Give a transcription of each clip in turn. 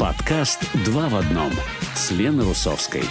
Подкаст «Два в одном» с Леной Русовской.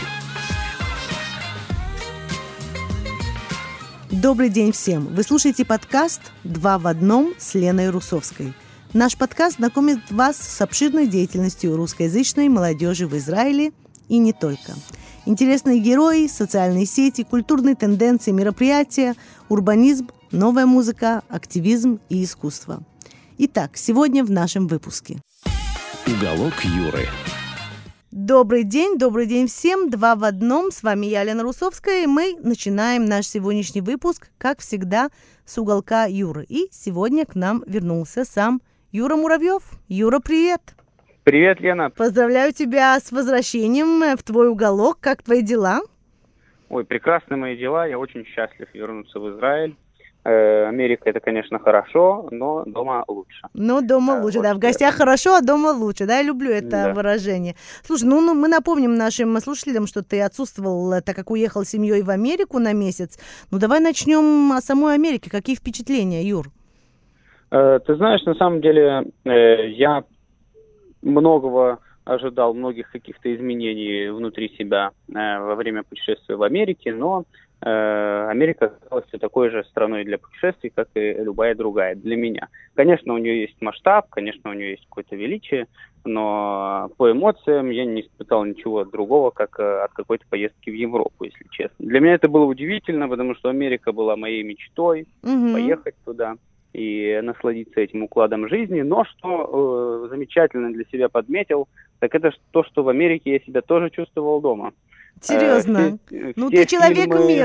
Добрый день всем! Вы слушаете подкаст «Два в одном» с Леной Русовской. Наш подкаст знакомит вас с обширной деятельностью русскоязычной молодежи в Израиле и не только. Интересные герои, социальные сети, культурные тенденции, мероприятия, урбанизм, новая музыка, активизм и искусство. Итак, сегодня в нашем выпуске. Уголок Юры. Добрый день всем, два в одном. С вами я, Лена Русовская, и мы начинаем наш сегодняшний выпуск, как всегда, с уголка Юры. И сегодня к нам вернулся сам Юра Муравьев. Юра, привет! Привет, Лена! Поздравляю тебя с возвращением в твой уголок. Как твои дела? Ой, прекрасные мои дела. Я очень счастлив вернуться в Израиль. Америка — это, конечно, хорошо, но дома лучше. Ну, дома лучше, да. В гостях хорошо, а дома лучше. Да, я люблю это выражение. Слушай, ну мы напомним нашим слушателям, что ты отсутствовал, так как уехал с семьей в Америку на месяц. Ну, давай начнем о самой Америке. Какие впечатления, Юр? Ты знаешь, на самом деле, я многого ожидал, многих каких-то изменений внутри себя во время путешествия в Америке, но Америка оказалась все такой же страной для путешествий, как и любая другая для меня. Конечно, у нее есть масштаб, конечно, у нее есть какое-то величие, но по эмоциям я не испытал ничего другого, как от какой-то поездки в Европу, если честно. Для меня это было удивительно, потому что Америка была моей мечтой, поехать туда и насладиться этим укладом жизни. Но что замечательно для себя подметил, так это то, что в Америке я себя тоже чувствовал дома. Серьезно? Ты человек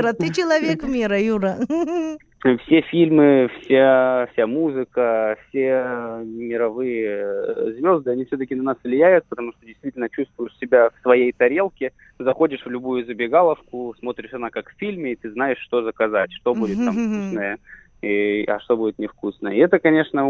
мира, Юра. Все фильмы, вся музыка, все мировые звезды, они все-таки на нас влияют, потому что действительно чувствуешь себя в своей тарелке, заходишь в любую забегаловку, смотришь она как в фильме, и ты знаешь, что заказать, что будет там вкусное, а что будет невкусное. И это, конечно,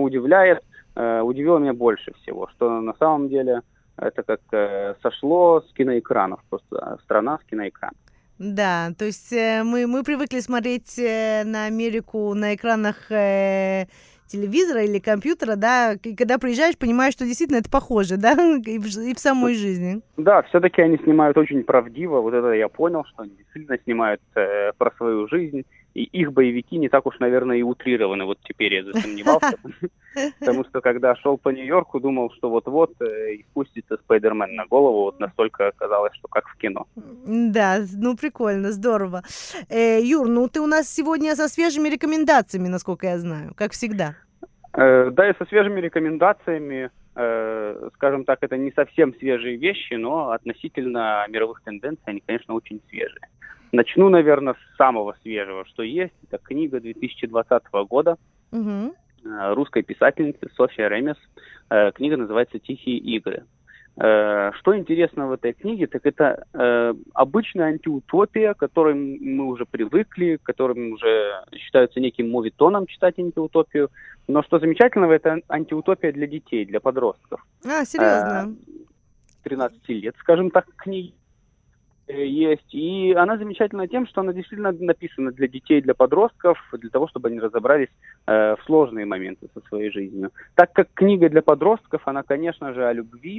удивило меня больше всего, что на самом деле это как сошло с киноэкранов, просто страна с киноэкранов. Да, то есть мы привыкли смотреть на Америку на экранах телевизора или компьютера, да, и когда приезжаешь, понимаешь, что действительно это похоже, да, и в самой жизни. Да, все-таки они снимают очень правдиво, вот это я понял, что они действительно снимают про свою жизнь, и их боевики не так уж, наверное, и утрированы, вот теперь я засомневался, потому что когда шел по Нью-Йорку, думал, что вот-вот и спустится Спайдермен на голову, вот настолько оказалось, что как в кино. Да, ну прикольно, здорово. Юр, ну ты у нас сегодня со свежими рекомендациями, насколько я знаю, как всегда. Да, и со свежими рекомендациями, скажем так, это не совсем свежие вещи, но относительно мировых тенденций они, конечно, очень свежие. Начну, наверное, с самого свежего, что есть. Это книга 2020 года русской писательницы Софьи Ремес. Книга называется «Тихие игры». Что интересно в этой книге, так это обычная антиутопия, к которой мы уже привыкли, которым уже считается неким мовитоном читать антиутопию. Но что замечательного, это антиутопия для детей, для подростков. Серьезно? 13 лет, скажем так, книги есть. И она замечательна тем, что она действительно написана для детей, для подростков, для того, чтобы они разобрались в сложные моменты со своей жизнью. Так как книга для подростков, она, конечно же, о любви,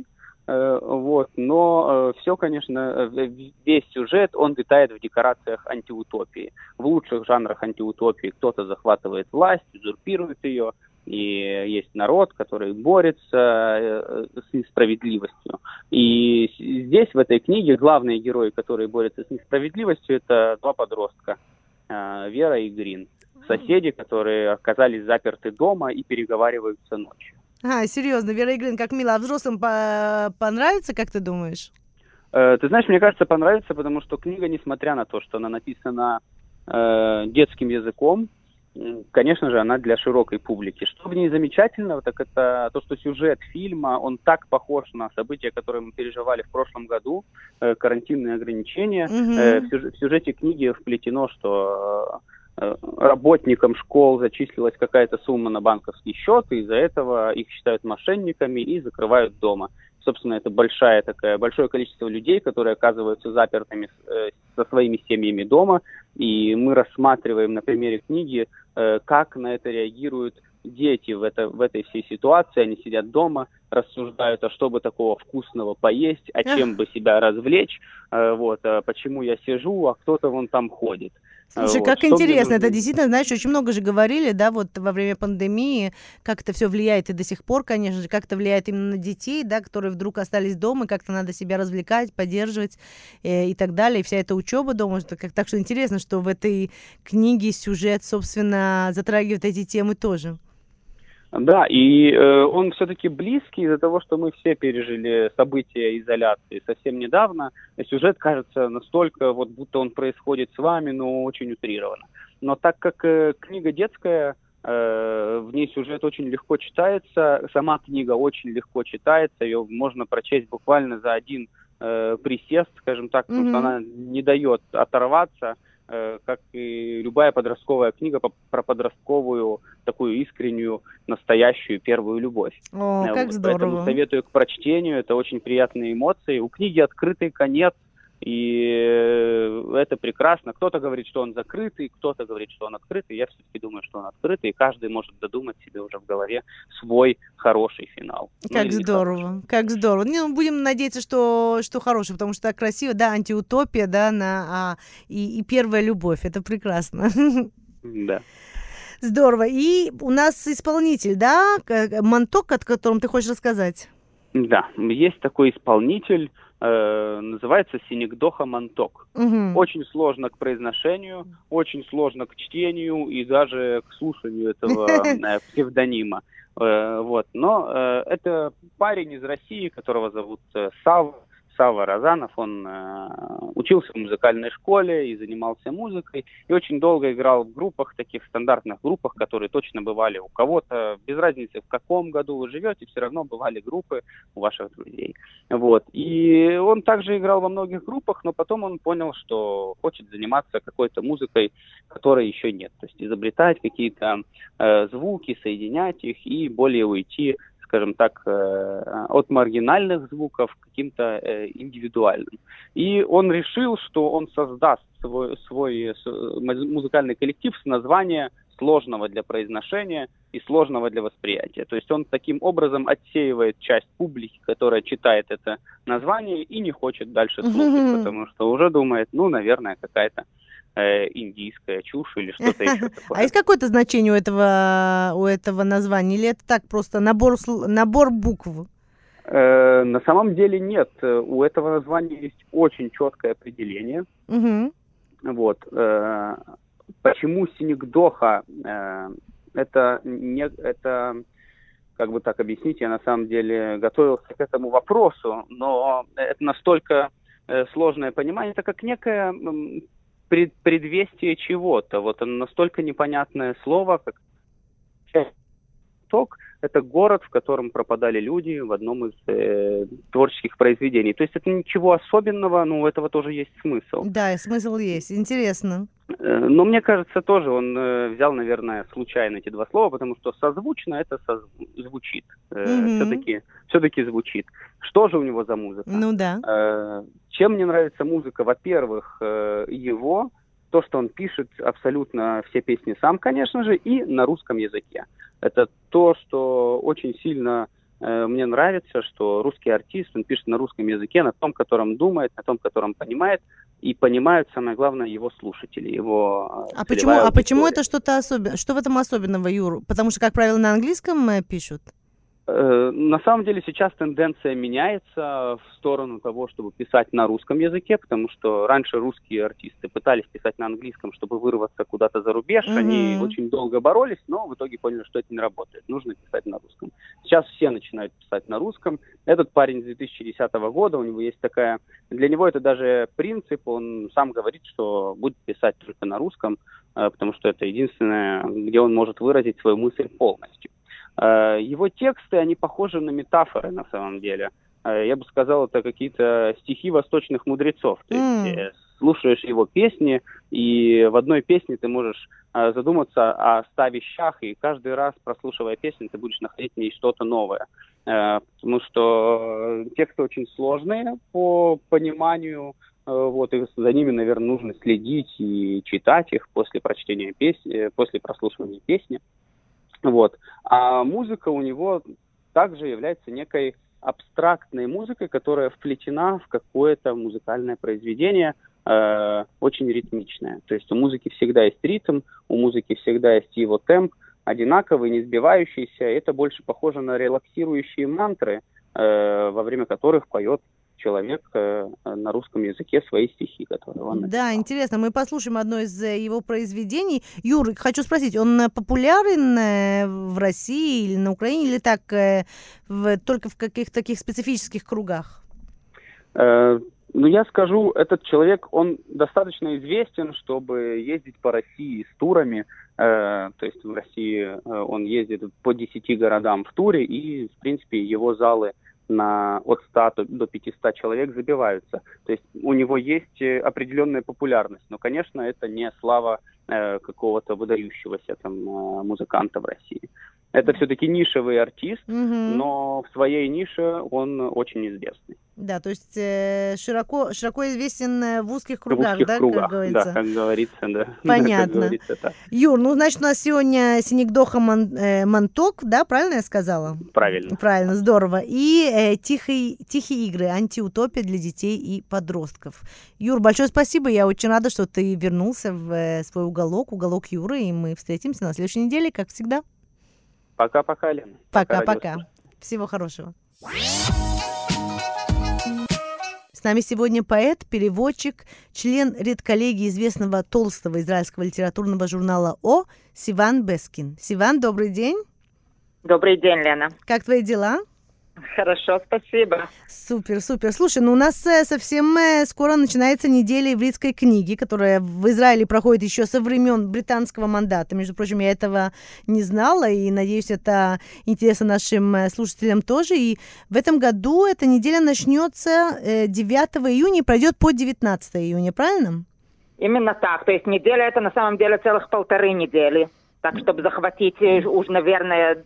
но все, конечно, весь сюжет, он витает в декорациях антиутопии. В лучших жанрах антиутопии кто-то захватывает власть, узурпирует ее, и есть народ, который борется с несправедливостью. И здесь, в этой книге, главные герои, которые борются с несправедливостью, это два подростка, Вера и Грин. Соседи, которые оказались заперты дома и переговариваются ночью. Серьезно, Вера и Грин, как мило. А взрослым понравится, как ты думаешь? Ты знаешь, мне кажется, понравится, потому что книга, несмотря на то, что она написана детским языком, конечно же, она для широкой публики. Что в ней замечательного, так это то, что сюжет фильма, он так похож на события, которые мы переживали в прошлом году, карантинные ограничения. В сюжете книги вплетено, что работникам школ зачислилась какая-то сумма на банковский счет, и из-за этого их считают мошенниками и закрывают дома. Собственно, это большое количество людей, которые оказываются запертыми со своими семьями дома, и мы рассматриваем на примере книги, как на это реагируют дети в этой всей ситуации, они сидят дома, рассуждают, а что бы такого вкусного поесть, а чем бы себя развлечь, почему я сижу, а кто-то вон там ходит. Слушай, как интересно, это действительно, знаешь, очень много же говорили, да, вот во время пандемии, как это все влияет и до сих пор, конечно же, как это влияет именно на детей, да, которые вдруг остались дома, как-то надо себя развлекать, поддерживать и так далее, и вся эта учеба дома, так что интересно, что в этой книге сюжет, собственно, затрагивает эти темы тоже. Да, и он все-таки близкий из-за того, что мы все пережили события изоляции совсем недавно. Сюжет кажется настолько, вот будто он происходит с вами, но очень утрированно. Но так как книга детская, в ней сюжет очень легко читается, сама книга очень легко читается, ее можно прочесть буквально за один присест, скажем так, потому что она не дает оторваться, как и любая подростковая книга про подростковую, такую искреннюю, настоящую первую любовь. О, как здорово. Поэтому советую к прочтению, это очень приятные эмоции. У книги открытый конец, и это прекрасно. Кто-то говорит, что он закрытый, кто-то говорит, что он открытый. Я все-таки думаю, что он открытый, и каждый может додумать себе уже в голове свой хороший финал. Как здорово, как здорово. Будем надеяться, что хороший, потому что так красиво, да, антиутопия, да, и первая любовь, это прекрасно. Да. Здорово. И у нас исполнитель, да, Манток, о котором ты хочешь рассказать? Да, есть такой исполнитель, называется Синекдоха Манток. Очень сложно к произношению, очень сложно к чтению и даже к слушанию этого псевдонима. Но это парень из России, которого зовут Сава Розанов. Он учился в музыкальной школе и занимался музыкой, и очень долго играл в группах, таких стандартных группах, которые точно бывали у кого-то, без разницы, в каком году вы живете, все равно бывали группы у ваших друзей. И он также играл во многих группах, но потом он понял, что хочет заниматься какой-то музыкой, которой еще нет, то есть изобретать какие-то звуки, соединять их и более уйти, скажем так, от маргинальных звуков к каким-то индивидуальным. И он решил, что он создаст свой музыкальный коллектив с названия сложного для произношения и сложного для восприятия. То есть он таким образом отсеивает часть публики, которая читает это название и не хочет дальше слушать, потому что уже думает, наверное, какая-то индийская чушь или что-то еще такое. А есть какое-то значение у этого названия? Или это так просто набор букв? На самом деле нет. У этого названия есть очень четкое определение. Почему Синекдоха? Это как бы так объяснить, я на самом деле готовился к этому вопросу, но это настолько сложное понимание, так как некое предвестие чего-то. Вот оно настолько непонятное слово, как Ток. Это город, в котором пропадали люди в одном из творческих произведений. То есть это ничего особенного, но у этого тоже есть смысл. Да, смысл есть. Интересно. Но мне кажется, тоже он взял, наверное, случайно эти два слова, потому что созвучно это звучит. Все-таки звучит. Что же у него за музыка? Ну да. Чем мне нравится музыка? Во-первых, то, что он пишет абсолютно все песни сам, конечно же, и на русском языке. Это то, что очень сильно мне нравится, что русский артист, он пишет на русском языке, на том, котором думает, на том, котором понимает, и понимают, самое главное, его слушатели, его почему это что-то особенное? Что в этом особенного, Юр? Потому что, как правило, на английском пишут? На самом деле сейчас тенденция меняется в сторону того, чтобы писать на русском языке, потому что раньше русские артисты пытались писать на английском, чтобы вырваться куда-то за рубеж. Они очень долго боролись, но в итоге поняли, что это не работает. Нужно писать на русском. Сейчас все начинают писать на русском. Этот парень с 2010 года, у него есть такая... Для него это даже принцип. Он сам говорит, что будет писать только на русском, потому что это единственное, где он может выразить свою мысль полностью. Его тексты, они похожи на метафоры на самом деле. Я бы сказал, это какие-то стихи восточных мудрецов. То есть слушаешь его песни, и в одной песне ты можешь задуматься о 100 вещах, и каждый раз, прослушивая песню, ты будешь находить в ней что-то новое. Потому что тексты очень сложные по пониманию, и за ними, наверное, нужно следить и читать их после прочтения песни, после прослушивания песни. Вот. А музыка у него также является некой абстрактной музыкой, которая вплетена в какое-то музыкальное произведение, очень ритмичное. То есть у музыки всегда есть ритм, у музыки всегда есть его темп, одинаковый, не сбивающийся. Это больше похоже на релаксирующие мантры, во время которых поет человек на русском языке свои стихи, которые он написал. Да, интересно. Мы послушаем одно из его произведений. Юр, хочу спросить, он популярен в России или на Украине, или так только в каких-то таких специфических кругах? Ну, я скажу, этот человек, он достаточно известен, чтобы ездить по России с турами. То есть в России он ездит по 10 городам в туре, и, в принципе, его залы от 100 до 500 человек забиваются. То есть у него есть определенная популярность. Но, конечно, это не слава какого-то выдающегося там музыканта в России. Это все-таки нишевый артист, но в своей нише он очень известный. Да, то есть широко известен в узких кругах, да, кругах, как говорится? Да, как говорится, да. Понятно. Как говорится, так. Юр, ну, значит, у нас сегодня Синегдоха Манток, да, правильно я сказала? Правильно. Правильно, здорово. И тихие игры, антиутопия для детей и подростков. Юр, большое спасибо, я очень рада, что ты вернулся в свой уголок Юры, и мы встретимся на следующей неделе, как всегда. Пока-пока, Лена. Пока-пока. Всего хорошего. С нами сегодня поэт, переводчик, член редколлегии известного толстого израильского литературного журнала «О» Сиван Бескин. Сиван, добрый день. Добрый день, Лена. Как твои дела? Хорошо, спасибо. Супер. Слушай, ну у нас совсем скоро начинается неделя ивритской книги, которая в Израиле проходит еще со времен британского мандата. Между прочим, я этого не знала, и, надеюсь, это интересно нашим слушателям тоже. И в этом году эта неделя начнется 9 июня и пройдет по 19 июня, правильно? Именно так. То есть неделя это на самом деле целых 1,5 недели. Так, чтобы захватить уж, наверное,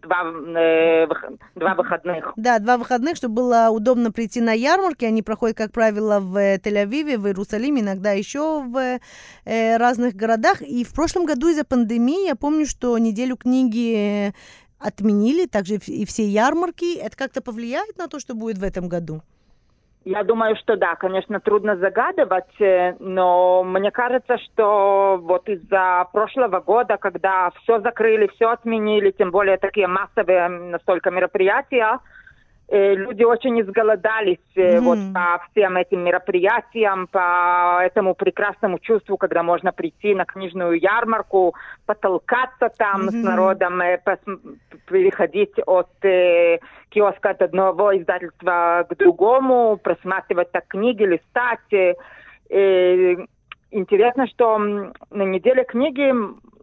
два выходных. Да, 2 выходных, чтобы было удобно прийти на ярмарки. Они проходят, как правило, в Тель-Авиве, в Иерусалиме, иногда еще в разных городах. И в прошлом году из-за пандемии, я помню, что неделю книги отменили, также и все ярмарки. Это как-то повлияет на то, что будет в этом году? Я думаю, что да, конечно, трудно загадывать, но мне кажется, что вот из-за прошлого года, когда все закрыли, все отменили, тем более такие массовые настолько мероприятия, люди очень изголодались вот по всем этим мероприятиям, по этому прекрасному чувству, когда можно прийти на книжную ярмарку, потолкаться там с народом, переходить от киоска от одного издательства к другому, просматривать так книги, листать. Интересно, что на неделе книги,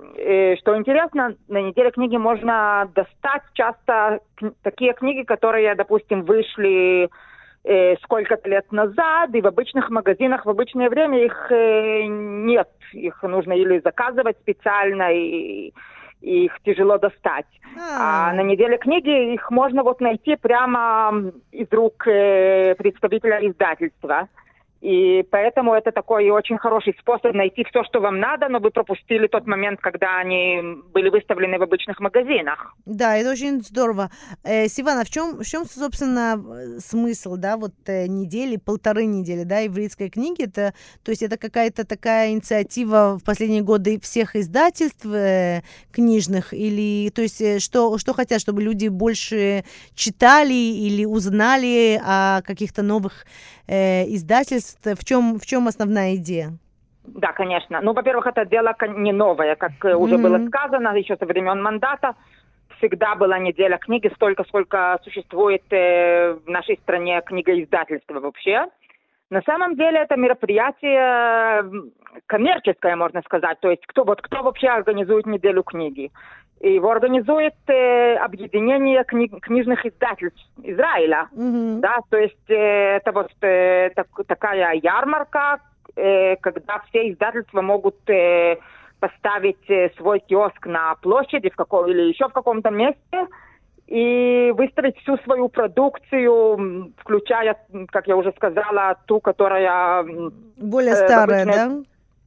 на неделе книги можно достать часто такие книги, которые, допустим, вышли сколько-то лет назад, и в обычных магазинах в обычное время их нет. Их нужно или заказывать специально, и их тяжело достать. А на неделе книги их можно вот найти прямо из рук представителя издательства. И поэтому это такой очень хороший способ найти все, что вам надо, но вы пропустили тот момент, когда они были выставлены в обычных магазинах. Да, это очень здорово. Сиван, а в чем, собственно, смысл, да, вот недели, 1,5 недели, да, ивритской книги? То есть это какая-то такая инициатива в последние годы всех издательств книжных? Или, то есть, что хотят, чтобы люди больше читали или узнали о каких-то новых издательств? В чем основная идея? Да, конечно. Ну, во-первых, это дело не новое, как уже было сказано, еще со времен мандата. Всегда была неделя книги, столько, сколько существует в нашей стране книгоиздательства вообще. На самом деле это мероприятие коммерческое, можно сказать. То есть кто вообще организует неделю книги? Его организует объединение книжных издательств Израиля. Да, то есть это вот такая ярмарка, когда все издательства могут поставить свой киоск на площади или еще в каком-то месте и выставить всю свою продукцию, включая, как я уже сказала, ту, которая... Более старая, да?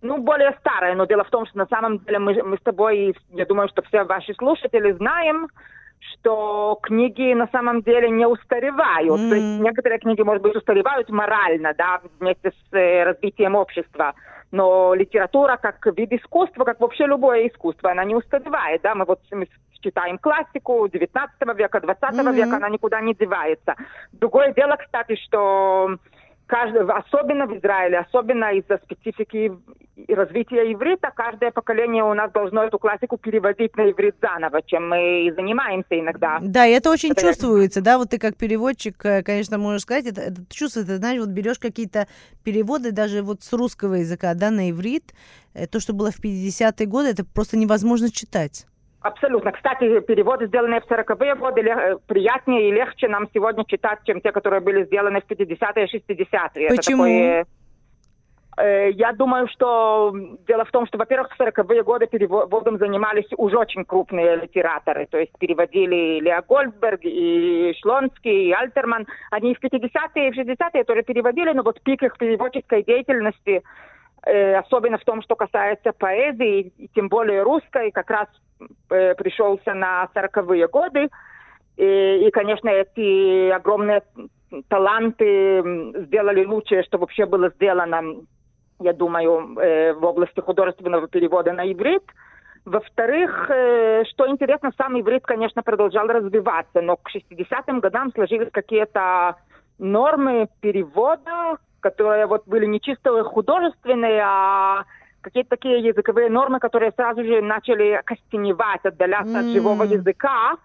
более старая, но дело в том, что на самом деле мы с тобой, я думаю, что все ваши слушатели знаем, что книги на самом деле не устаревают. То есть некоторые книги, может быть, устаревают морально, да, вместе с развитием общества. Но литература как вид искусства, как вообще любое искусство, она не устаревает, да. Мы читаем классику 19 века, 20 века, она никуда не девается. Другое дело, кстати, что особенно в Израиле, особенно из-за специфики развития иврита, каждое поколение у нас должно эту классику переводить на иврит заново, чем мы и занимаемся иногда. Да, и это очень чувствуется, да, вот ты как переводчик, конечно, можешь сказать, это чувствуется, ты знаешь, вот берешь какие-то переводы даже вот с русского языка, да, на иврит, то, что было в 50-е годы, это просто невозможно читать. Абсолютно. Кстати, переводы, сделанные в 40-е годы, приятнее и легче нам сегодня читать, чем те, которые были сделаны в 50-е и 60-е. Почему? Я думаю, что дело в том, что, во-первых, в 40-е годы переводом занимались уже очень крупные литераторы. То есть переводили Лео Гольдберг, и Шлонский, и Альтерман. Они и в 50-е, и в 60-е тоже переводили, но вот пик их переводческой деятельности, особенно в том, что касается поэзии, и тем более русской, как раз пришелся на 40-е годы. И, конечно, эти огромные таланты сделали лучшее, что вообще было сделано, я думаю, в области художественного перевода на иврит. Во-вторых, что интересно, сам иврит, конечно, продолжал развиваться, но к 60-м годам сложились какие-то нормы перевода, которые вот были не чисто художественные, а какие-то такие языковые нормы, которые сразу же начали костеневать, отдаляться от живого языка.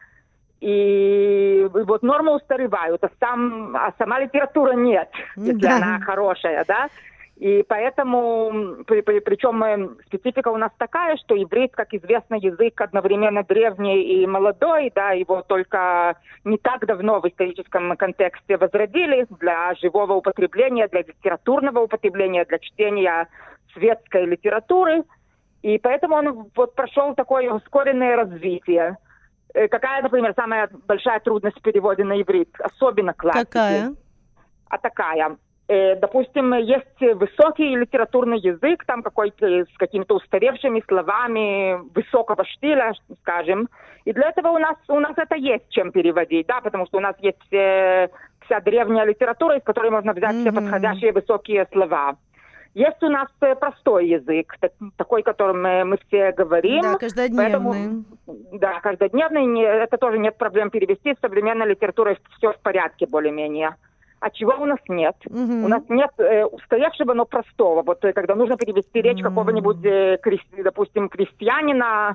И вот нормы устаревают, а сама литература нет, если она хорошая, да. И поэтому, причем специфика у нас такая, что иврит, как известно, язык одновременно древний и молодой, да, его только не так давно в историческом контексте возродили для живого употребления, для литературного употребления, для чтения светской литературы. И поэтому он вот прошел такое ускоренное развитие. Какая, например, самая большая трудность в переводе на иврит, особенно классики? Какая? Такая. Допустим, есть высокий литературный язык, там какой-то с какими-то устаревшими словами высокого штиля, скажем. И для этого у нас это есть чем переводить, да, потому что у нас есть вся древняя литература, из которой можно взять все подходящие высокие слова. Есть у нас простой язык, такой, которым мы все говорим. Да, каждодневный. Да, каждодневный. Это тоже нет проблем перевести. С современной литературой все в порядке более-менее. А чего у нас нет? У нас нет устаревшего, но простого. Вот когда нужно перевести речь какого-нибудь, допустим, крестьянина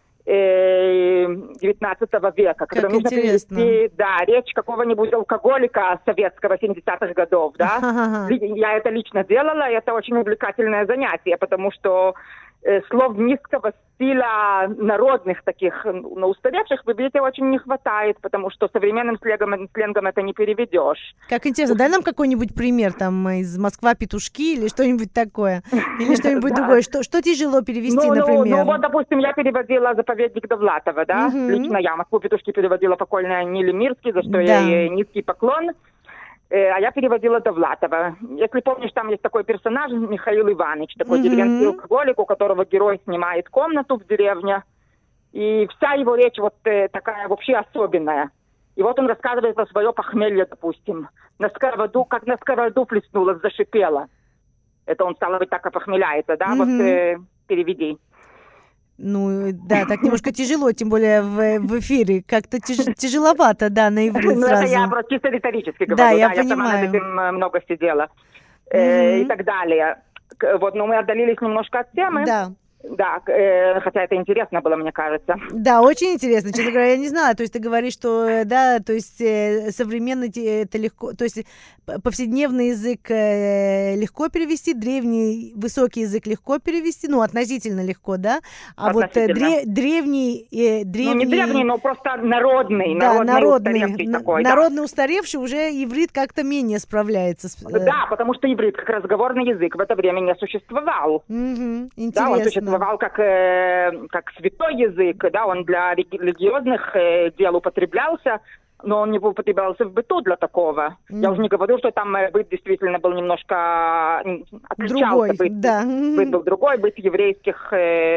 19 века. Когда как нужно интересно. перевести, речь какого-нибудь алкоголика советского 70-х годов, да. Я это лично делала, и это очень увлекательное занятие, потому что слов низкого стиля, народных таких, но устаревших, вы видите, очень не хватает, потому что современным сленгом это не переведешь. Как интересно, дай нам какой-нибудь пример там из «Москва-петушки» или что-нибудь такое, или что-нибудь другое. Что тяжело перевести, например? Ну, вот, допустим, я переводила «Заповедник Довлатова», да, лично я «Москву-петушки» переводила покойная Ниле Мирский, за что ей низкий поклон. А я переводила Довлатова. Если помнишь, там есть такой персонаж, Михаил Иванович, такой деревенский алкоголик, у которого герой снимает комнату в деревне. И вся его речь вот такая вообще особенная. И вот он рассказывает про свое похмелье, допустим. Как на сковороду плеснула, зашипела. Это он, стало быть, так опохмеляется, да? Вот переведи. Ну, да, так немножко тяжело, тем более в эфире. Как-то тяжеловато, да, на иврит сразу. Ну, это я просто чисто риторически говорю. Да, я понимаю. Я сама над этим много сидела. И так далее. Вот, но мы отдалились немножко от темы. Да. Да, хотя это интересно было, мне кажется. Да, очень интересно, честно говоря, я не знала. То есть ты говоришь, что, да, то есть современный это легко, то есть повседневный язык легко перевести, древний высокий язык легко перевести, ну, относительно легко, да? А вот древний... Ну, не древний, но просто народный. Да, народный устаревший, уже иврит как-то менее справляется. Да, потому что иврит, как разговорный язык, в это время не существовал. Интересно. Да, он существовал как святой язык, да, он для религиозных дел употреблялся, но он не употреблялся в быту для такого. Я уже не говорю, что там быт действительно был немножко отличался. Быт был другой, быт еврейских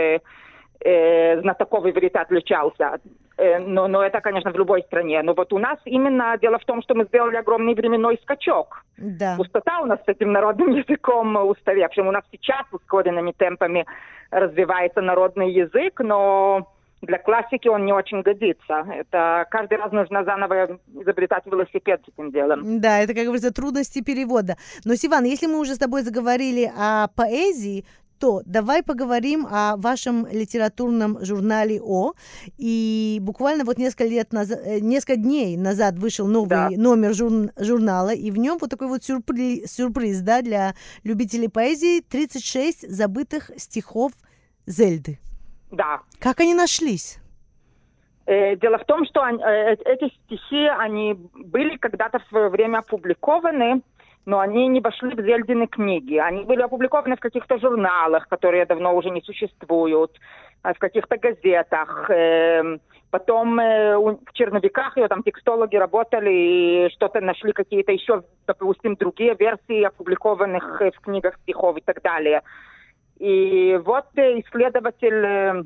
знатоков иврита отличался. Но это, конечно, в любой стране. Но вот у нас именно дело в том, что мы сделали огромный временной скачок. Да. Пустота у нас с этим народным языком устаревшим. У нас сейчас ускоренными темпами развивается народный язык, но для классики он не очень годится. Это каждый раз нужно заново изобретать велосипед с этим делом. Да, это, как говорится, трудности перевода. Но, Сиван, если мы уже с тобой заговорили о поэзии, то давай поговорим о вашем литературном журнале «О». И буквально вот несколько дней назад вышел новый номер журнала, и в нем вот такой вот сюрприз, да, для любителей поэзии: 36 забытых стихов Зельды. Да. Как они нашлись? Дело в том, что эти стихи, они были когда-то в свое время опубликованы, но они не вошли в Зельдины книги. Они были опубликованы в каких-то журналах, которые давно уже не существуют, в каких-то газетах. Потом в черновиках ее там текстологи работали и что-то нашли, какие-то еще, допустим, другие версии опубликованных в книгах стихов и так далее. И вот исследователь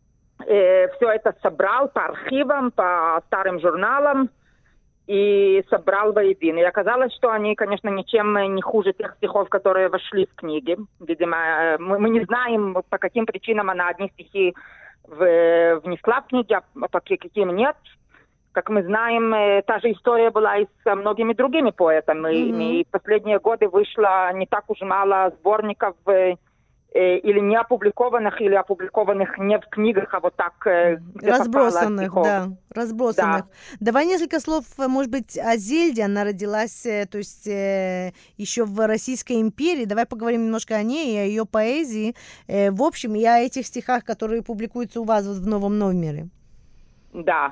все это собрал по архивам, по старым журналам и собрал воедино. И оказалось, что они, конечно, ничем не хуже тех стихов, которые вошли в книги. Видимо, мы не знаем, по каким причинам она одни стихи внесла в книги, а по каким нет. Как мы знаем, та же история была и с многими другими поэтами. И в последние годы вышло не так уж мало сборников или не опубликованных, или опубликованных не в книгах, а вот так разбросанных, разбросанных. Да. Давай несколько слов, может быть, о Зельде. Она родилась, то есть еще в Российской империи. Давай поговорим немножко о ней и о ее поэзии. В общем, и о этих стихах, которые публикуются у вас вот в новом номере. Да.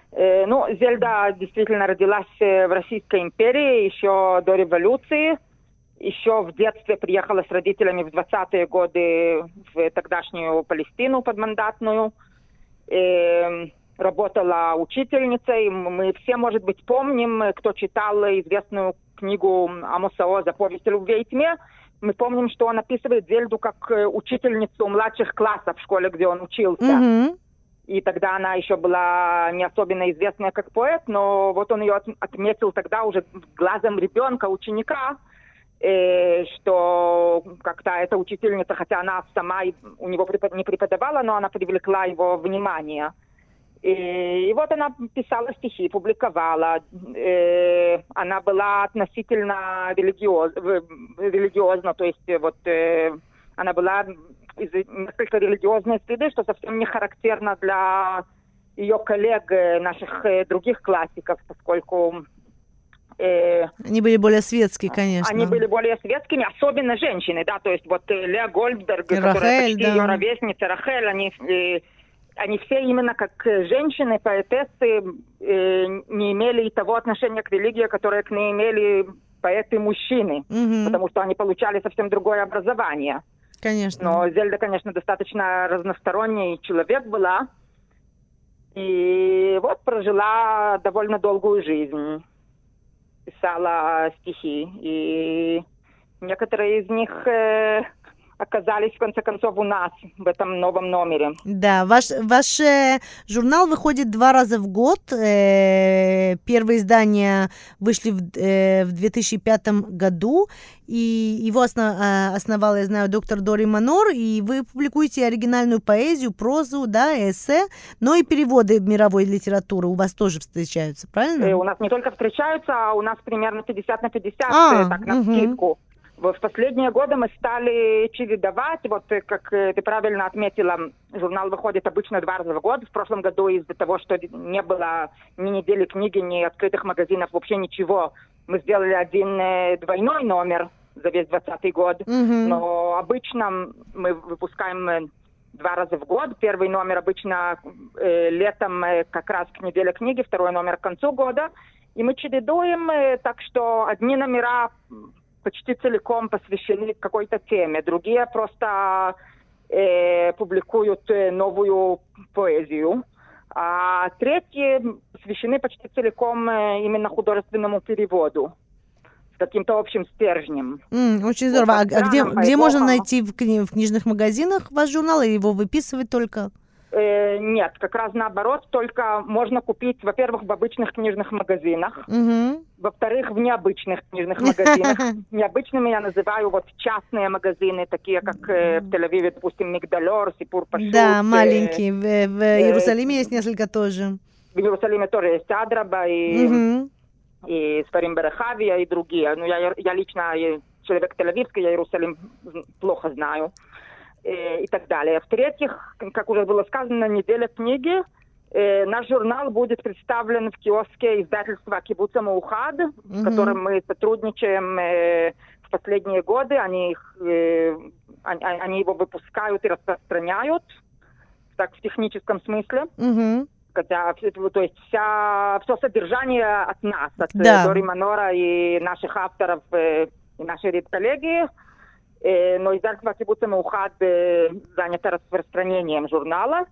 Зельда действительно родилась в Российской империи еще до революции. Еще в детстве приехала с родителями в 20-е годы в тогдашнюю Палестину подмандатную. Работала учительницей. Мы все, может быть, помним, кто читал известную книгу Амоса Оза «Повесть о любви и тьме». Мы помним, что он описывает Зельду как учительницу младших классов в школе, где он учился. И тогда она еще была не особенно известная как поэт, но вот он ее отметил тогда уже глазом ребенка, ученика, что как-то эта учительница, хотя она сама у него не преподавала, но она привлекла его внимание. И вот она писала стихи, публиковала. Она была относительно религиозна, то есть вот она была из несколько религиозной среды, что совсем не характерно для ее коллег, наших других классиков, поскольку они были более светские, конечно. Они были более светскими, особенно женщины, да, то есть вот Леа Гольдберг, Рахель, которая почти ее ровесница, Рахель, они все именно как женщины, поэтессы, не имели и того отношения к религии, которое к ней имели поэты-мужчины, потому что они получали совсем другое образование. Конечно. Но Зельда, конечно, достаточно разносторонний человек была, и вот прожила довольно долгую жизнь. Писала стихи, и некоторые из них оказались, в конце концов, у нас в этом новом номере. Да, ваш журнал выходит 2 раза в год. Первые издания вышли в 2005 году, и его основала, я знаю, доктор Дори Манор, и вы публикуете оригинальную поэзию, прозу, да, эссе, но и переводы мировой литературы у вас тоже встречаются, правильно? У нас не только встречаются, а у нас примерно 50/50, так, на скидку. В последние годы мы стали чередовать, вот как ты правильно отметила, журнал выходит обычно 2 раза в год. В прошлом году из-за того, что не было ни недели книги, ни открытых магазинов, вообще ничего, мы сделали один двойной номер за весь 2020 год. Но обычно мы выпускаем 2 раза в год. Первый номер обычно летом как раз к неделе книги, второй номер к концу года. И мы чередуем, так что одни номера почти целиком посвящены какой-то теме, другие просто публикуют новую поэзию. А третьи посвящены почти целиком именно художественному переводу с каким-то общим стержнем. Очень здорово. А где можно найти в книжных магазинах ваш журнал, или его выписывать только? Нет, как раз наоборот, только можно купить, во-первых, в обычных книжных магазинах, во-вторых, в необычных книжных магазинах. Необычными я называю вот частные магазины, такие как в Тель-Авиве, допустим, Мигдалор, Сипур Пашут. Да, маленькие. В Иерусалиме есть несколько тоже. В Иерусалиме тоже есть Адраба и Сфарим Берехавия и другие. Ну, я лично человек тель-авивский, я Иерусалим плохо знаю. И так далее. В-третьих, как уже было сказано, неделя книги. Наш журнал будет представлен в киоске издательства Кибуца Маухад, с которым мы сотрудничаем в последние годы. Они его выпускают и распространяют, так в техническом смысле. Хотя, то есть все содержание от нас, от Дори Манора и наших авторов, и нашей редколлегии. Но издательство Кибуца Маухад занято распространением журнала.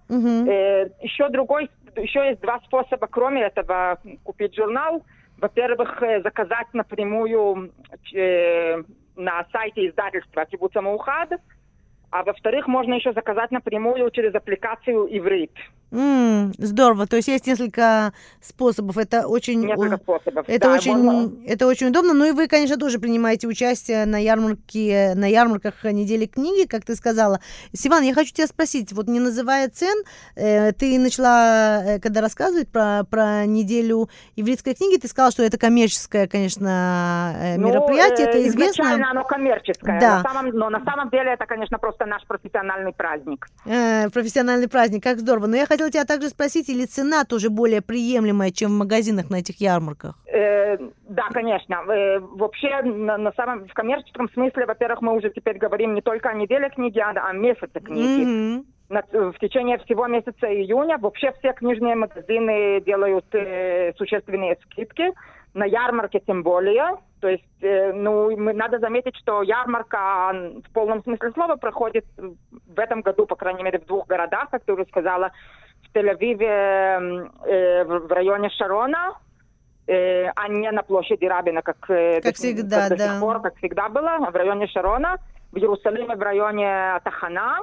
Еще есть два способа, кроме этого, купить журнал. Во-первых, заказать напрямую на сайте издательства Кибуца Маухад. А во-вторых, можно еще заказать напрямую через аппликацию «Иврит». Здорово. То есть есть несколько способов. Это очень, это очень удобно. Ну и вы, конечно, тоже принимаете участие на ярмарках недели книги, как ты сказала. Сиван, я хочу тебя спросить, вот не называя цен, ты начала, когда рассказывать про неделю ивритской книги, ты сказала, что это коммерческое, конечно, мероприятие, это известно. Изначально оно коммерческое, да. Но на самом деле это, конечно, просто наш профессиональный праздник. Профессиональный праздник, как здорово. Но я хотела тебя также спросить, или цена тоже более приемлемая, чем в магазинах на этих ярмарках? Да, конечно. Вообще, в коммерческом смысле, во-первых, мы уже теперь говорим не только о неделе книги, а о месяце книги. В течение всего месяца июня вообще все книжные магазины делают существенные скидки. На ярмарке тем более. То есть, надо заметить, что ярмарка в полном смысле слова проходит в этом году, по крайней мере, в 2 городах, как ты уже сказала, в Тель-Авиве, в районе Шарона, а не на площади Рабина, как всегда, до сих пор, как всегда было, в районе Шарона, в Иерусалиме в районе Тахана.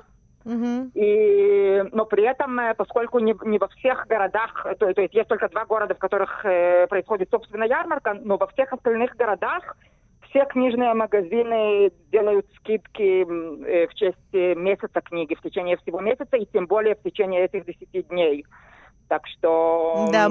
Но при этом, поскольку не во всех городах, то есть только 2 города, в которых происходит собственно ярмарка, но во всех остальных городах все книжные магазины делают скидки в честь месяца книги, в течение всего месяца, и тем более в течение этих 10 дней. Так что... Да,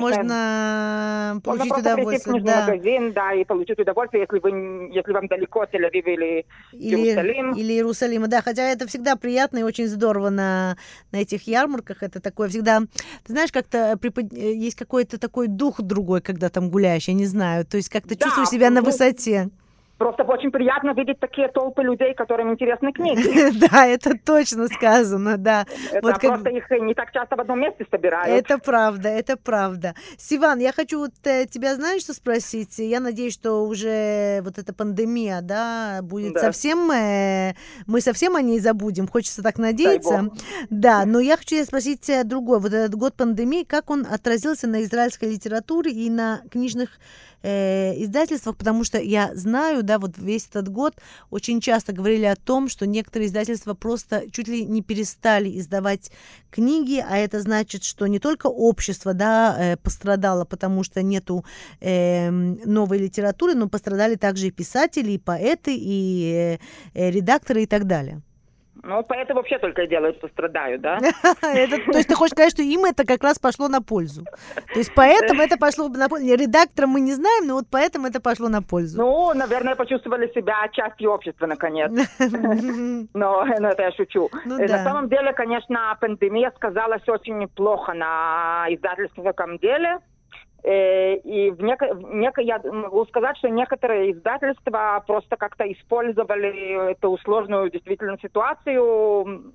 можно получить удовольствие. Прийти в книжный магазин, да, и получить удовольствие, если вам далеко Тель-Авив или Иерусалим. Или Иерусалим, да, хотя это всегда приятно и очень здорово на этих ярмарках. Это такое всегда... Ты знаешь, как-то есть какой-то такой дух другой, когда там гуляешь, я не знаю. То есть как-то чувствуешь себя на высоте. Просто очень приятно видеть такие толпы людей, которым интересны книги. Да, это точно сказано, да. Просто их не так часто в одном месте собирают. Это правда, это правда. Сиван, я хочу тебя, знаешь, что спросить? Я надеюсь, что уже вот эта пандемия, да, будет совсем... Мы совсем о ней забудем, хочется так надеяться. Да, но я хочу тебя спросить другое. Вот этот год пандемии, как он отразился на израильской литературе и на книжных издательствах, потому что я знаю, да, вот весь этот год очень часто говорили о том, что некоторые издательства просто чуть ли не перестали издавать книги, а это значит, что не только общество, да, пострадало, потому что нету новой литературы, но пострадали также и писатели, и поэты, и редакторы и так далее. Ну, поэты вообще только и делают, что страдают, да? То есть ты хочешь сказать, что им это как раз пошло на пользу? То есть поэтам это пошло на пользу. Редакторам мы не знаем, но вот поэтам это пошло на пользу. Ну, наверное, почувствовали себя частью общества, наконец. Но это я шучу. На самом деле, конечно, пандемия сказалась очень плохо на издательском деле. И я могу сказать, что некоторые издательства просто как-то использовали эту сложную действительно ситуацию,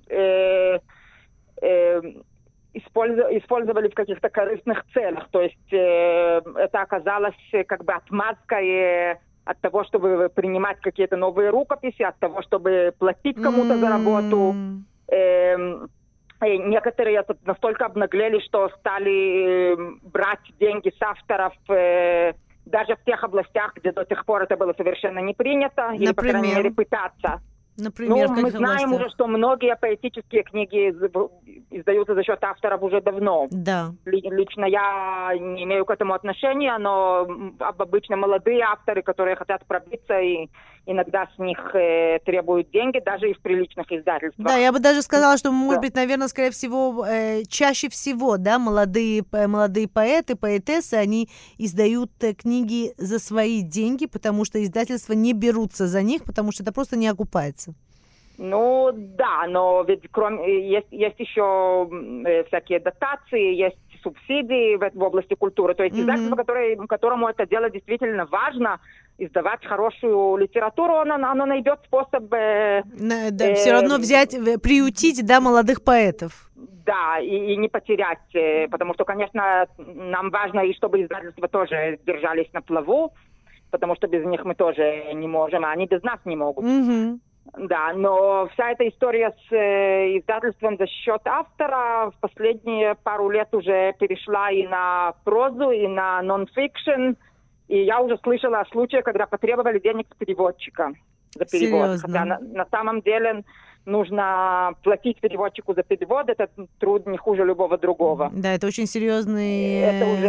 использовали в каких-то корыстных целях. То есть это оказалось как бы отмазкой от того, чтобы принимать какие-то новые рукописи, от того, чтобы платить кому-то за работу. некоторые настолько обнаглели, что стали брать деньги с авторов даже в тех областях, где до сих пор это было совершенно не принято, или, по крайней мере, пытаться. Например, мы знаем уже, что многие поэтические книги издаются за счет авторов уже давно. Да. Лично я не имею к этому отношения, но обычно молодые авторы, которые хотят пробиться, и иногда с них требуют деньги, даже и в приличных издательствах. Да, я бы даже сказала, что, может быть, наверное, скорее всего, чаще всего, да, молодые поэты, поэтессы, они издают книги за свои деньги, потому что издательства не берутся за них, потому что это просто не окупается. Ну да, но ведь есть еще всякие дотации, есть субсидии в области культуры. То есть издательство, которому это дело действительно важно, издавать хорошую литературу, оно найдет способ... все равно приютить, да, молодых поэтов. Да, и не потерять, потому что, конечно, нам важно, и чтобы издательства тоже держались на плаву, потому что без них мы тоже не можем, а они без нас не могут. Да, но вся эта история с издательством за счет автора в последние пару лет уже перешла и на прозу, и на нон-фикшн. И я уже слышала о случаях, когда потребовали денег с переводчика за перевод. Серьезно? Хотя на самом деле нужно платить переводчику за перевод. Это труд не хуже любого другого. Да, это очень серьезный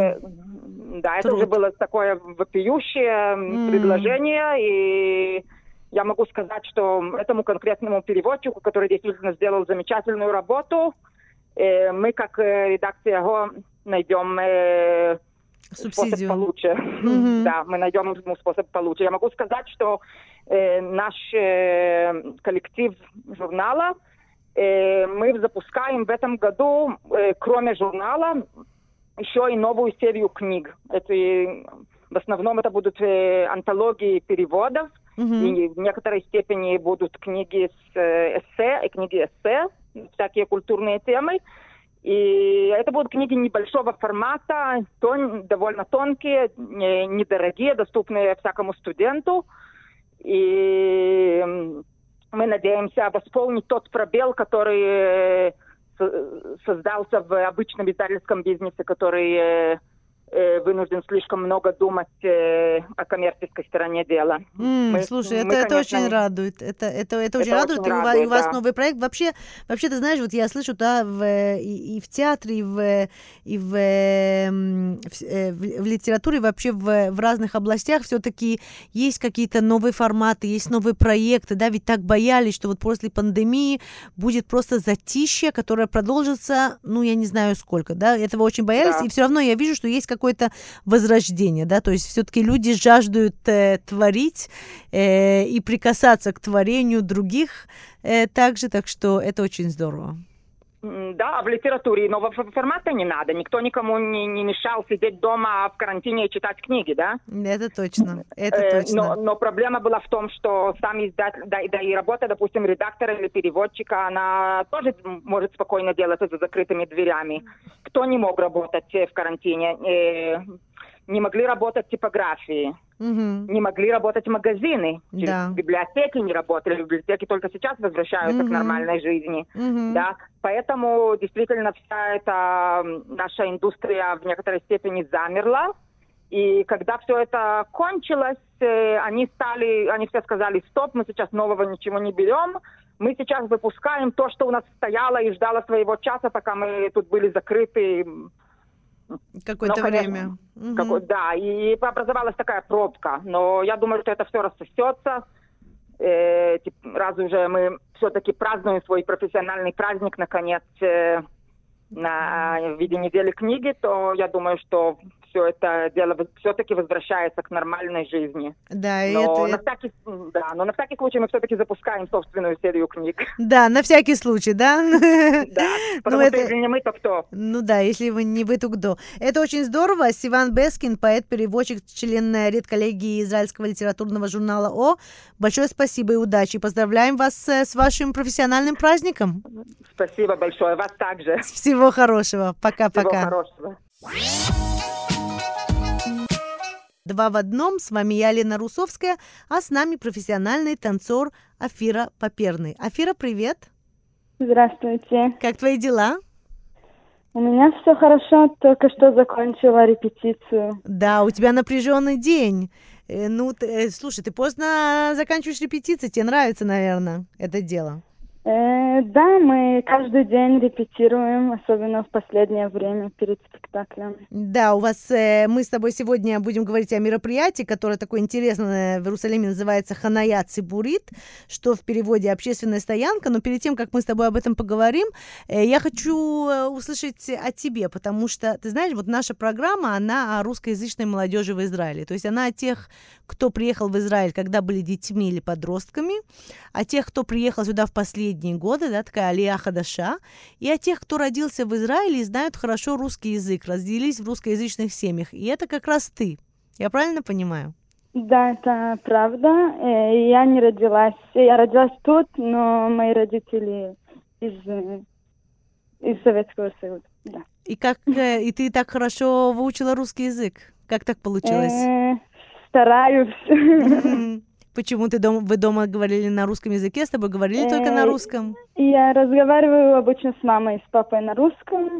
это уже было такое вопиющее предложение, и я могу сказать, что этому конкретному переводчику, который действительно сделал замечательную работу, мы, как редакция ГО, найдем способ получше. Да, мы найдем ему способ получше. Я могу сказать, что наш коллектив журнала, мы запускаем в этом году, кроме журнала, еще и новую серию книг. В основном это будут антологии переводов, и в некоторой степени будут книги с эссе, всякие культурные темы. И это будут книги небольшого формата, довольно тонкие, недорогие, доступные всякому студенту. И мы надеемся восполнить тот пробел, который создался в обычном издательском бизнесе, который вынужден слишком много думать о коммерческой стороне дела. Слушай, это очень радует. Это очень радует. И у вас новый проект. Вообще, ты знаешь, вот я слышу, да, и в театре, и в литературе, вообще в разных областях все-таки есть какие-то новые форматы, есть новые проекты, да, ведь так боялись, что вот после пандемии будет просто затишье, которое продолжится, я не знаю сколько, да, этого очень боялись, и все равно я вижу, что есть какое-то возрождение, да, то есть все-таки люди жаждут творить и прикасаться к творению других также, так что это очень здорово. Да, в литературе нового формата не надо. Никто никому не мешал сидеть дома в карантине и читать книги, да? Это точно, это точно. Но проблема была в том, что сам издатель, да и работа, допустим, редактора или переводчика, она тоже может спокойно делаться за закрытыми дверями. Кто не мог работать в карантине? Не могли работать типографии, не могли работать магазины, библиотеки не работали, библиотеки только сейчас возвращаются к нормальной жизни, да, поэтому действительно вся эта наша индустрия в некоторой степени замерла, и когда все это кончилось, они все сказали: стоп, мы сейчас нового ничего не берем, мы сейчас выпускаем то, что у нас стояло и ждало своего часа, пока мы тут были закрыты какое-то время. Да, и образовалась такая пробка. Но я думаю, что это все рассосется. Раз уже мы все-таки празднуем свой профессиональный праздник, наконец, в виде недели книги, то я думаю, что все это дело все-таки возвращается к нормальной жизни. Да, но на всякий случай мы все-таки запускаем собственную серию книг. Да, на всякий случай, да? Да, потому что если не мы, то кто? Ну да, если вы не вы, то кто? Это очень здорово. Сиван Бескин, поэт-переводчик, член редколлегии израильского литературного журнала О. Большое спасибо и удачи. Поздравляем вас с вашим профессиональным праздником. Спасибо большое, вас также. Всего хорошего. Пока-пока. Всего хорошего. Два в одном. С вами я, Лена Русовская, а с нами профессиональный танцор Афира Поперный. Афира, привет. Здравствуйте. Как твои дела? У меня все хорошо, только что закончила репетицию. Да, у тебя напряженный день. Слушай, ты поздно заканчиваешь репетиции, тебе нравится, наверное, это дело. Да, мы каждый день репетируем, особенно в последнее время перед спектаклем. Да, мы с тобой сегодня будем говорить о мероприятии, которое такое интересное в Иерусалиме называется Ханая Цибурит, что в переводе общественная стоянка. Но перед тем, как мы с тобой об этом поговорим, я хочу услышать о тебе, потому что, ты знаешь, вот наша программа, она о русскоязычной молодежи в Израиле. То есть она о тех, кто приехал в Израиль, когда были детьми или подростками, о тех, кто приехал сюда в последние годы, да, такая алия хадаша, и о тех, кто родился в Израиле и знают хорошо русский язык, разделились в русскоязычных семьях. И это как раз ты. Я правильно понимаю? Да, это правда. Я не родилась. Я родилась тут, но мои родители из Советского Союза. Да. И ты так хорошо выучила русский язык? Как так получилось? Стараюсь. Почему вы дома говорили на русском языке, с тобой говорили только на русском? Я разговариваю обычно с мамой и с папой на русском.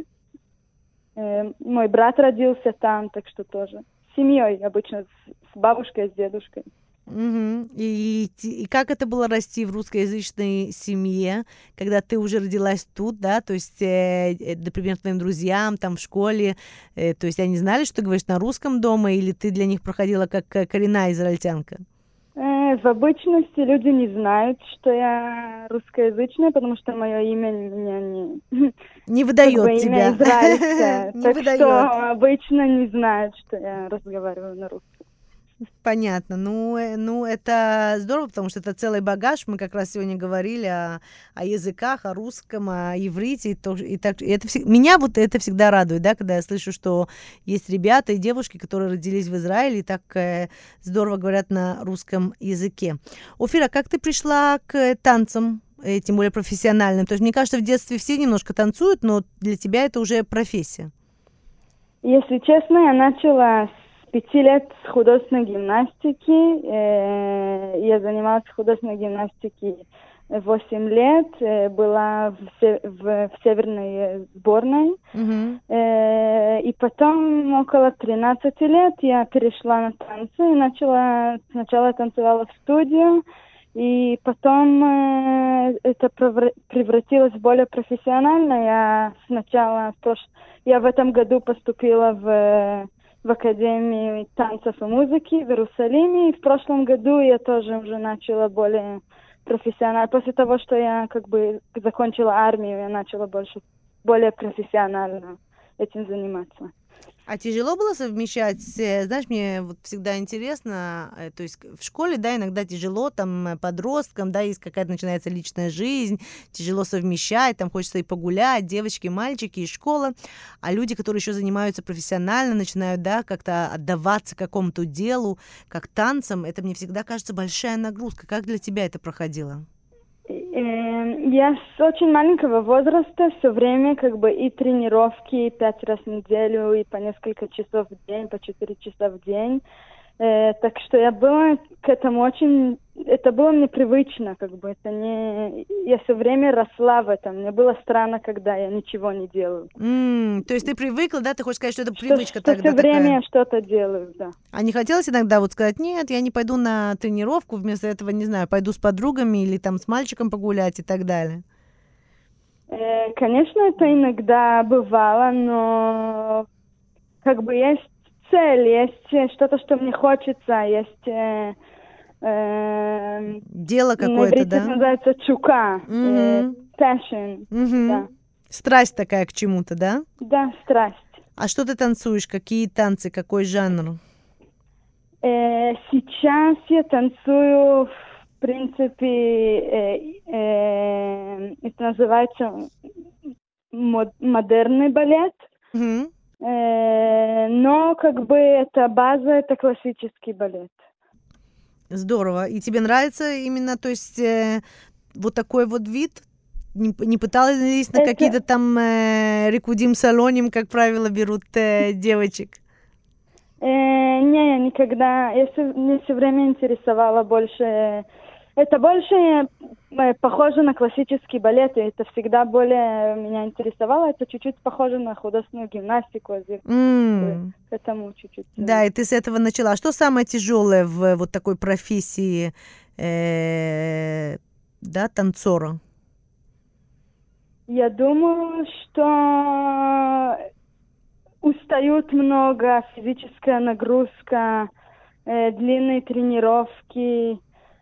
Мой брат родился там, так что тоже. С семьей обычно, с бабушкой, с дедушкой. Угу. И как это было расти в русскоязычной семье, когда ты уже родилась тут, да, то есть, например, твоим друзьям там в школе, то есть они знали, что ты говоришь на русском дома, или ты для них проходила как коренная израильтянка? В обычности люди не знают, что я русскоязычная, потому что мое имя меня не выдает тебя. Имя израильское. Не так выдает. Что обычно не знают, что я разговариваю на русском. Понятно. Ну, это здорово, потому что это целый багаж. Мы как раз сегодня говорили о языках, о русском, о иврите. Меня вот это всегда радует, да, когда я слышу, что есть ребята и девушки, которые родились в Израиле и так здорово говорят на русском языке. Офира, как ты пришла к танцам, тем более профессиональным? То есть, мне кажется, в детстве все немножко танцуют, но для тебя это уже профессия. Если честно, я начала с 5 лет с художественной гимнастики. Я занималась художественной гимнастикой 8 лет. Была в северной сборной. И потом, около 13 лет, я перешла на танцы и сначала танцевала в студию. И потом это превратилось в более профессионально. Я в этом году поступила в Академию танцев и музыки в Иерусалиме. И в прошлом году я тоже уже начала более профессионально. После того, что я закончила армию, я начала более профессионально этим заниматься. А тяжело было совмещать, знаешь, мне вот всегда интересно, то есть в школе, да, иногда тяжело, там, подросткам, да, есть какая-то начинается личная жизнь, тяжело совмещать, там, хочется и погулять, девочки, мальчики, и школа, а люди, которые еще занимаются профессионально, начинают, да, как-то отдаваться какому-то делу, как танцам, это мне всегда кажется большая нагрузка. Как для тебя это проходило? Я с очень маленького возраста все время и тренировки 5 раз в неделю, и по несколько часов в день, по 4 часа в день. Так что я была к этому очень... Это было мне привычно, это не... Я все время росла в этом. Мне было странно, когда я ничего не делаю. То есть ты привыкла, да? Ты хочешь сказать, что это привычка тогда все время я что-то делаю, да. А не хотелось иногда сказать, нет, я не пойду на тренировку, вместо этого, не знаю, пойду с подругами или там с мальчиком погулять и так далее? Конечно, это иногда бывало, но есть цель, есть что-то, что мне хочется, есть... Дело какое-то, да? Это называется чука, passion. Да. Страсть такая к чему-то, да? Да, страсть. А что ты танцуешь? Какие танцы? Какой жанр? Сейчас я танцую, в принципе, это называется модерный балет. Но это база, это классический балет. Здорово. И тебе нравится именно, то есть вот такой вот вид? Не пыталась лезть на какие-то там рикудим салоним, как правило, берут девочек? Не, я никогда. Мне все время интересовало больше Это больше похоже на классический балет, и это всегда более меня интересовало. Это чуть-чуть похоже на художественную гимнастику. К этому чуть-чуть. Да, и ты с этого начала. Что самое тяжелое в вот такой профессии, да, танцора? Я думаю, что устают много, физическая нагрузка, длинные тренировки,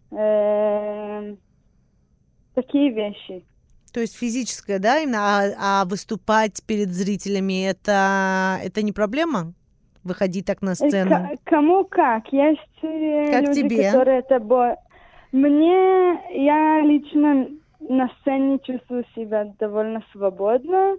такие вещи. То есть физическое, да, именно, а выступать перед зрителями это не проблема? Выходить так на сцену? Кому как. Есть как люди, тебе? которые это... Я лично на сцене чувствую себя довольно свободно.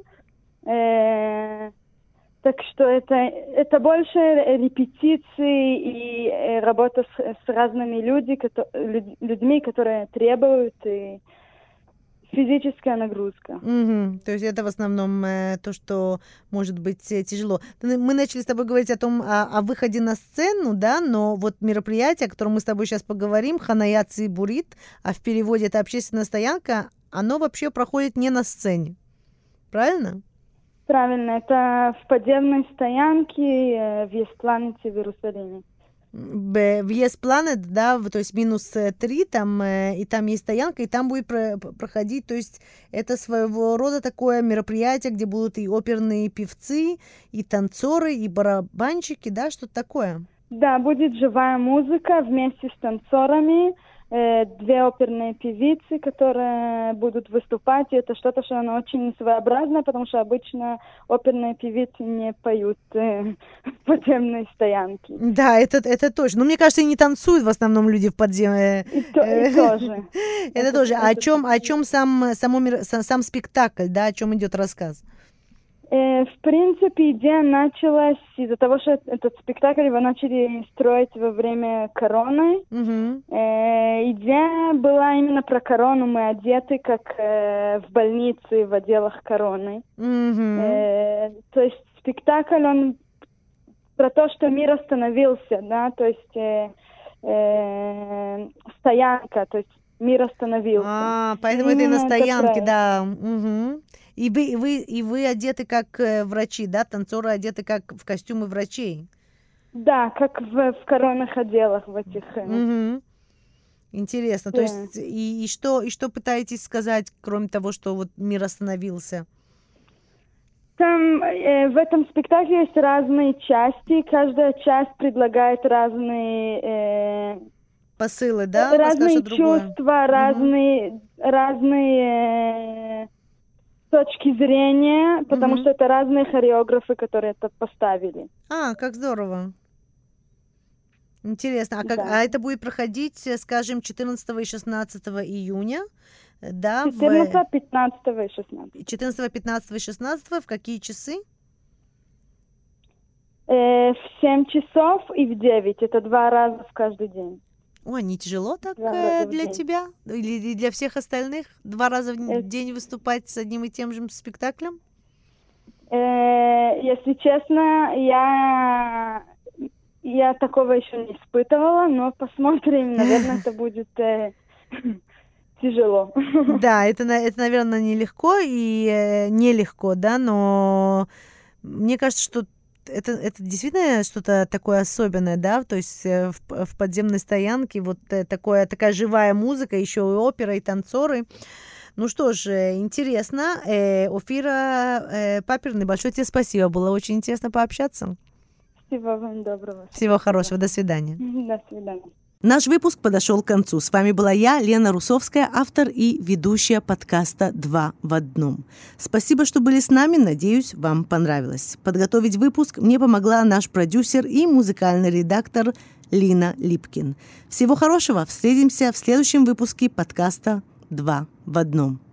Так что это больше репетиции и работа с разными людьми, которые требуют, и физическая нагрузка. То есть это в основном то, что может быть тяжело. Мы начали с тобой говорить о выходе на сцену, да, но вот мероприятие, о котором мы с тобой сейчас поговорим, Ханая Цибурит, а в переводе это общественная стоянка, оно вообще проходит не на сцене. Правильно? Правильно, это в подземной стоянке в Ес-Планете в Иерусалиме. В Ес-Планет, да, то есть -3, там, и там есть стоянка, и там будет проходить, то есть это своего рода такое мероприятие, где будут и оперные певцы, и танцоры, и барабанщики, да, что-то такое. Да, будет живая музыка вместе с танцорами, 2 оперные певицы, которые будут выступать, и это что-то, что оно очень своеобразное, потому что обычно оперные певицы не поют в подземной стоянке. Да, это точно. Но мне кажется, и не танцуют в основном люди в подземной... И тоже. Это тоже. А о чем сам спектакль, да, о чем идет рассказ? В принципе, идея началась из-за того, что этот спектакль его начали строить во время короны. Идея была именно про корону. Мы одеты как в больнице в отделах короны. То есть спектакль, он про то, что мир остановился, да, то есть стоянка, то есть мир остановился. Поэтому это и на стоянке, да. И вы одеты как врачи, да? Танцоры одеты как в костюмы врачей. Да, как в коронных отделах в этих. Интересно. То есть и что пытаетесь сказать, кроме того, что вот мир остановился? Там в этом спектакле есть разные части. Каждая часть предлагает разные посылы, да? Разные чувства, разные точки зрения, потому что это разные хореографы, которые это поставили. Как здорово. Интересно. А это будет проходить, скажем, 14 и 16 июня? Да, 14, 15 и 16. 14, 15 и 16 в какие часы? В 7 часов и в 9. Это 2 раза в каждый день. Ой, не тяжело так для тебя или для всех остальных 2 раза в день выступать с одним и тем же спектаклем? Если честно, я такого еще не испытывала, но посмотрим, наверное, это будет тяжело. Да, это, наверное, нелегко и нелегко, да, но мне кажется, что это действительно что-то такое особенное, да, то есть в подземной стоянке вот такая живая музыка, еще и опера, и танцоры. Ну что ж, интересно. Офира Паперный, большое тебе спасибо, было очень интересно пообщаться. Всего вам доброго. Всего хорошего, до свидания. До свидания. Наш выпуск подошел к концу. С вами была я, Лена Русовская, автор и ведущая подкаста «Два в одном». Спасибо, что были с нами. Надеюсь, вам понравилось. Подготовить выпуск мне помогла наш продюсер и музыкальный редактор Лина Липкин. Всего хорошего. Встретимся в следующем выпуске подкаста «Два в одном».